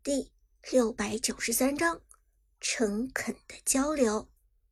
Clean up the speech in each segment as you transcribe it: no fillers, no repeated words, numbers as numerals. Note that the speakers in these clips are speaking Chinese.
第693章诚恳的交流。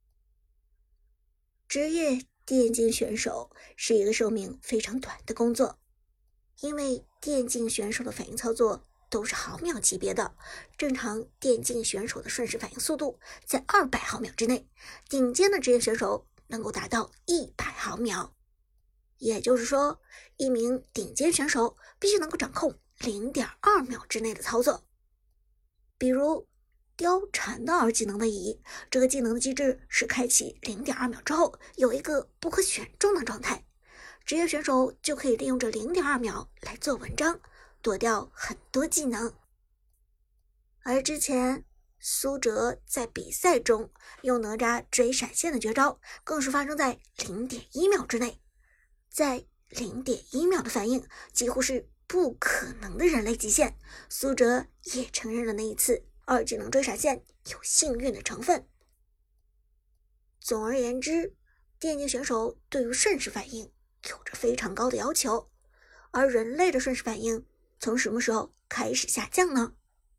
职业电竞选手是一个寿命非常短的工作，因为电竞选手的反应操作都是毫秒级别的，正常电竞选手的瞬时反应速度在200毫秒之内，顶尖的职业选手能够达到100毫秒。也就是说，一名顶尖选手必须能够掌控 0.2 秒之内的操作。比如貂蝉的2技能位移，这个技能的机制是开启 0.2 秒之后有一个不可选中的状态，职业选手就可以利用这 0.2 秒来做文章，躲掉很多技能。而之前苏哲在比赛中用哪吒追闪现的绝招更是发生在 0.1 秒之内，在 0.1 秒的反应几乎是不可能的人类极限，苏哲也承认了那一次2技能追闪现有幸运的成分。总而言之，电竞选手对于瞬时反应有着非常高的要求，而人类的瞬时反应从什么时候开始下降呢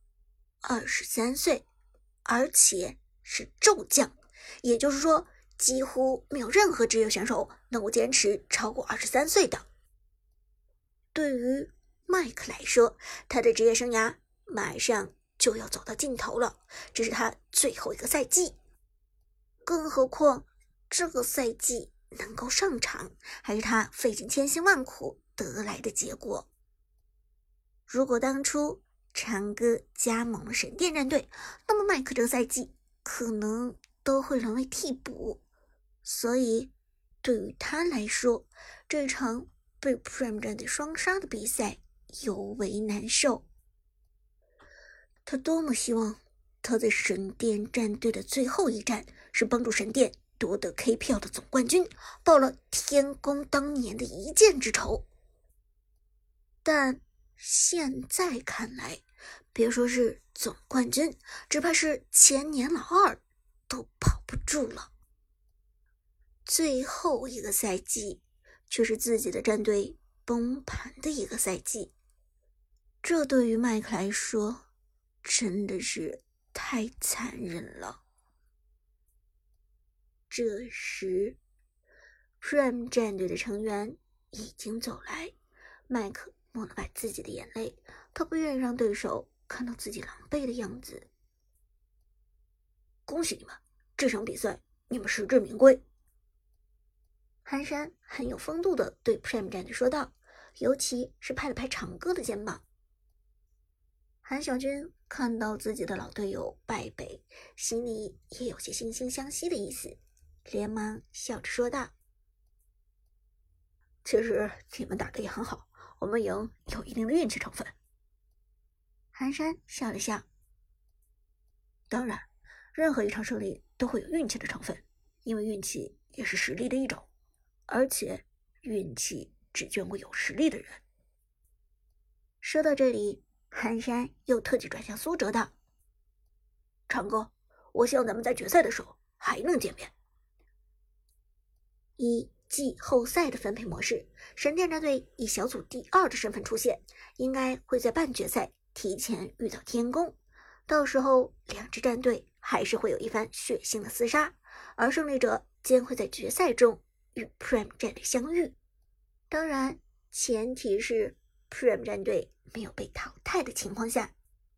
？23岁，而且是骤降，也就是说几乎没有任何职业选手能够坚持超过23岁的。对于麦克来说，他的职业生涯马上就要走到尽头了，这是他最后一个赛季。更何况这个赛季能够上场，还是他费尽千辛万苦得来的结果。如果当初长歌加盟了神殿战队，那么麦克这个赛季可能都会沦为替补。所以对于他来说，这场被 Prime 战队双杀的比赛尤为难受。他多么希望他在神殿战队的最后一战是帮助神殿夺得 KPL 的总冠军，报了天宫当年的一箭之仇。但现在看来，别说是总冠军，只怕是千年老二都保不住了。最后一个赛季却是自己的战队崩盘的一个赛季，这对于麦克来说真的是太残忍了。这时 Prime 战队的成员已经走来，麦克抹了把自己的眼泪，他不愿意让对手看到自己狼狈的样子。恭喜你们，这场比赛你们实至名归。寒山很有风度地对 Prime 战队说道，尤其是拍了拍长歌的肩膀。韩小军看到自己的老队友败北，心里也有些惺惺相惜的意思，连忙笑着说道，其实你们打得也很好，我们赢有一定的运气成分。寒山笑了笑，当然任何一场胜利都会有运气的成分，因为运气也是实力的一种，而且运气只眷顾有实力的人。说到这里，寒山又特地转向苏哲道，长哥，我希望咱们在决赛的时候还能见面。以季后赛的分配模式，神殿战队以小组第2的身份出现，应该会在半决赛提前遇到天宫，到时候2支战队还是会有一番血腥的厮杀，而胜利者将会在决赛中与 Prime 战队相遇。当然前提是 Prime 战队没有被淘汰的情况下。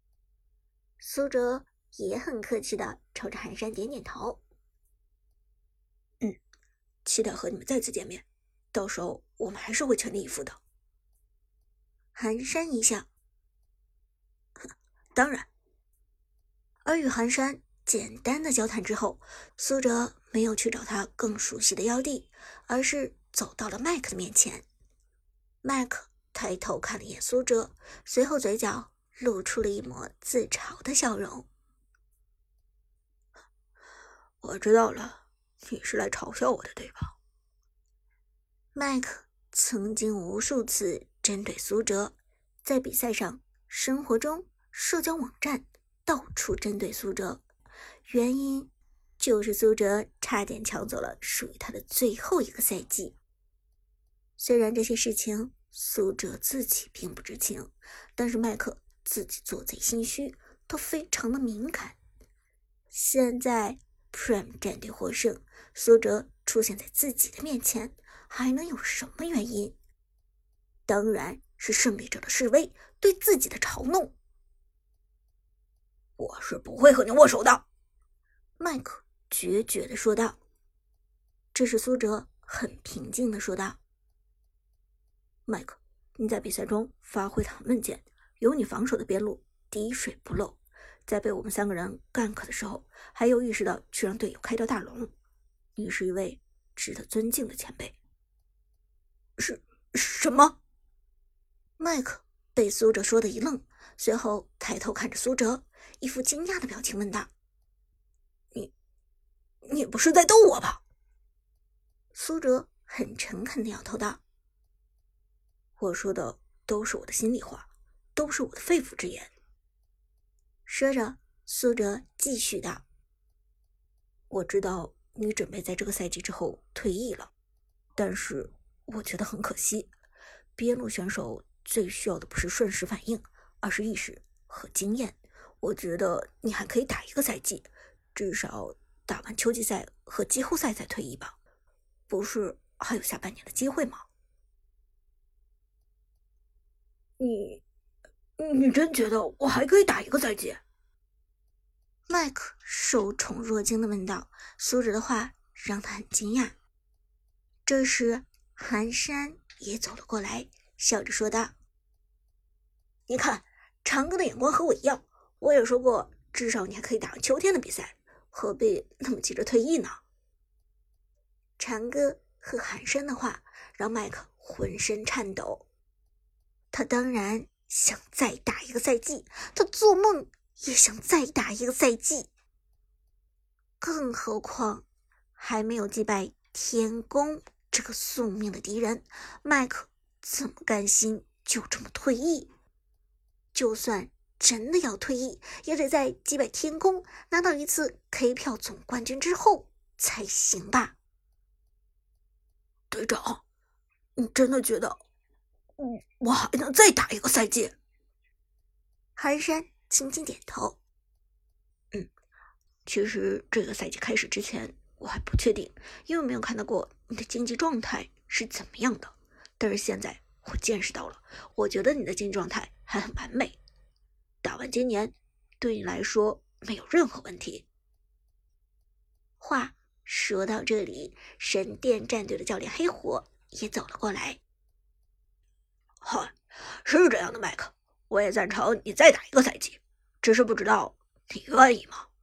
苏哲也很客气地朝着寒山点点头，期待和你们再次见面，到时候我们还是会全力以赴的。寒山一笑，当然。而与寒山简单的交谈之后，苏哲没有去找他更熟悉的妖帝，而是走到了麦克的面前。麦克抬头看了一眼苏哲，随后嘴角露出了一抹自嘲的笑容。我知道了，你是来嘲笑我的，对吧？麦克曾经无数次针对苏哲，在比赛上、生活中、社交网站到处针对苏哲，原因就是苏哲差点抢走了属于他的最后一个赛季。虽然这些事情苏哲自己并不知情，但是麦克自己做贼心虚， 都非常的敏感。现在 Prime 战队获胜，苏哲出现在自己的面前，还能有什么原因？当然是胜利者的示威，对自己的嘲弄。 我是不会和你握手的， 麦克决绝地说道。这时苏哲很平静地说道：麦克，你在比赛中发挥得很稳健，有你防守的边路滴水不漏，在被我们3个人干克的时候，还有意识到去让队友开掉大龙。你是一位值得尊敬的前辈。 什么？ 麦克被苏哲说的一愣，随后抬头看着苏哲，一副惊讶的表情问道： 你不是在逗我吧？ 苏哲很诚恳的摇头道：我说的都是我的心里话，都是我的肺腑之言。说着，苏哲继续道：我知道你准备在这个赛季之后退役了，但是我觉得很可惜，边路选手最需要的不是瞬时反应，而是意识和经验。我觉得你还可以打1个赛季，至少打完秋季赛和季后赛再退役吧，不是还有下半年的机会吗？ 你真觉得我还可以打1个赛季？ 麦克受宠若惊的问道。苏哲的话让他很惊讶。这时寒山也走了过来，笑着说道：你看，长哥的眼光和我一样，我也说过至少你还可以打完秋天的比赛，何必那么急着退役呢？长哥和寒山的话让麦克浑身颤抖。他当然想再打1个赛季，他做梦也想再打1个赛季。更何况还没有击败天宫这个宿命的敌人，麦克怎么甘心就这么退役？就算真的要退役，也得在击败天宫拿到1次 K 票总冠军之后才行吧？ 队长，你真的觉得我还能再打1个赛季？ 寒山轻轻点头。其实这个赛季开始之前我还不确定，因为没有看到过你的竞技状态是怎么样的。但是现在我见识到了，我觉得你的竞技状态还很完美，打完今年对你来说没有任何问题。话说到这里，神殿战队的教练黑火也走了过来。 嗨，是这样的，麦克，我也赞成你再打1个赛季，只是不知道你愿意吗？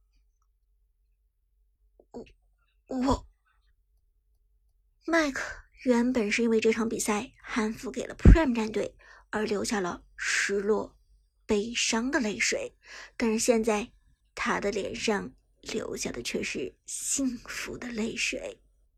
麦克原本是因为这场比赛hand服给了 Prime 战队而流下了失落、悲伤的泪水，但是现在他的脸上流下的却是幸福的泪水。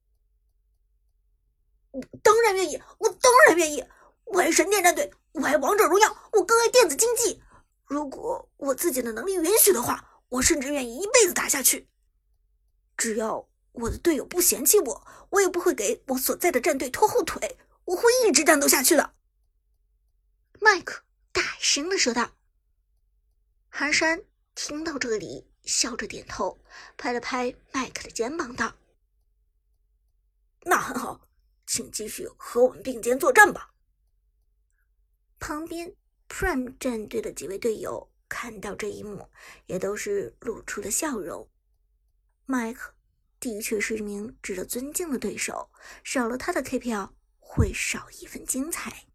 当然愿意，我当然愿意，我爱神殿战队，我爱王者荣耀，我更爱电子竞技。如果我自己的能力允许的话，我甚至愿意一辈子打下去。只要我的队友不嫌弃我，我也不会给我所在的战队拖后腿，我会一直战斗下去的。 麦克大声地说道。寒山听到这里，笑着点头，拍了拍麦克的肩膀道： 那很好，请继续和我们并肩作战吧。 旁边 Prime 战队的几位队友看到这一幕，也都是露出了笑容。麦克的确是一名值得尊敬的对手，少了他的 K 票会少一份精彩。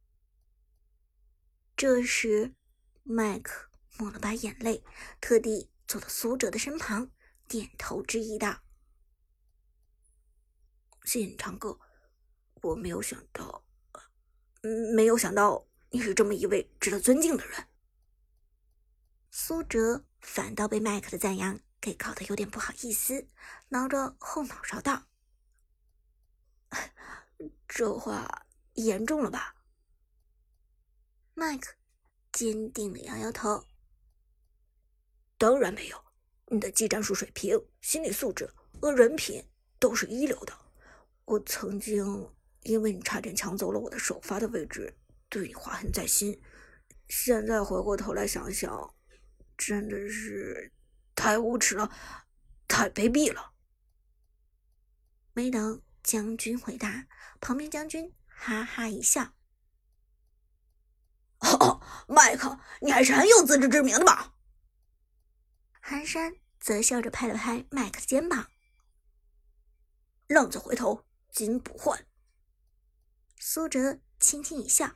这时麦克抹了把眼泪，特地走到苏哲的身旁，点头致意道： 谢谢你，长哥，我没有想到你是这么一位值得尊敬的人。 苏哲反倒被麦克的赞扬给搞得有点不好意思，挠着后脑勺道： 这话严重了吧？ 麦克坚定地摇摇头： 当然没有，你的技战术水平、心理素质和人品都是一流的。我曾经因为你差点抢走了我的首发的位置，对你怀恨在心。现在回过头来想想， 真的是太无耻了，太卑鄙了。 没等将军回答，旁边将军哈哈一笑。 哦，麦克，你还是很有自知之明的嘛。 寒山则笑着拍了拍麦克的肩膀。 浪子回头金不换。 苏哲轻轻一笑。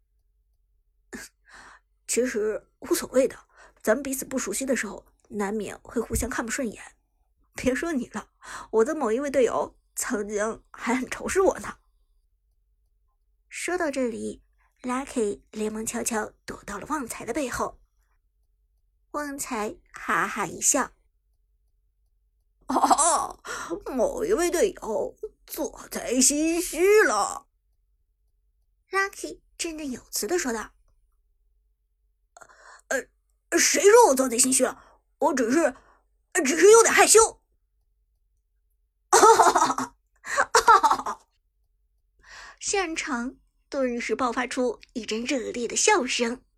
其实无所谓的，咱们彼此不熟悉的时候，难免会互相看不顺眼。别说你了，我的某一位队友曾经还很仇视我呢。 说到这里，Lucky 连忙悄悄躲到了旺财的背后。旺财哈哈一笑。 哦，某一位队友做贼心虚了。 Lucky 振振有词地说道。 谁说我做贼心虚了？我只是有点害羞。 现场顿时爆发出一阵热烈的笑声。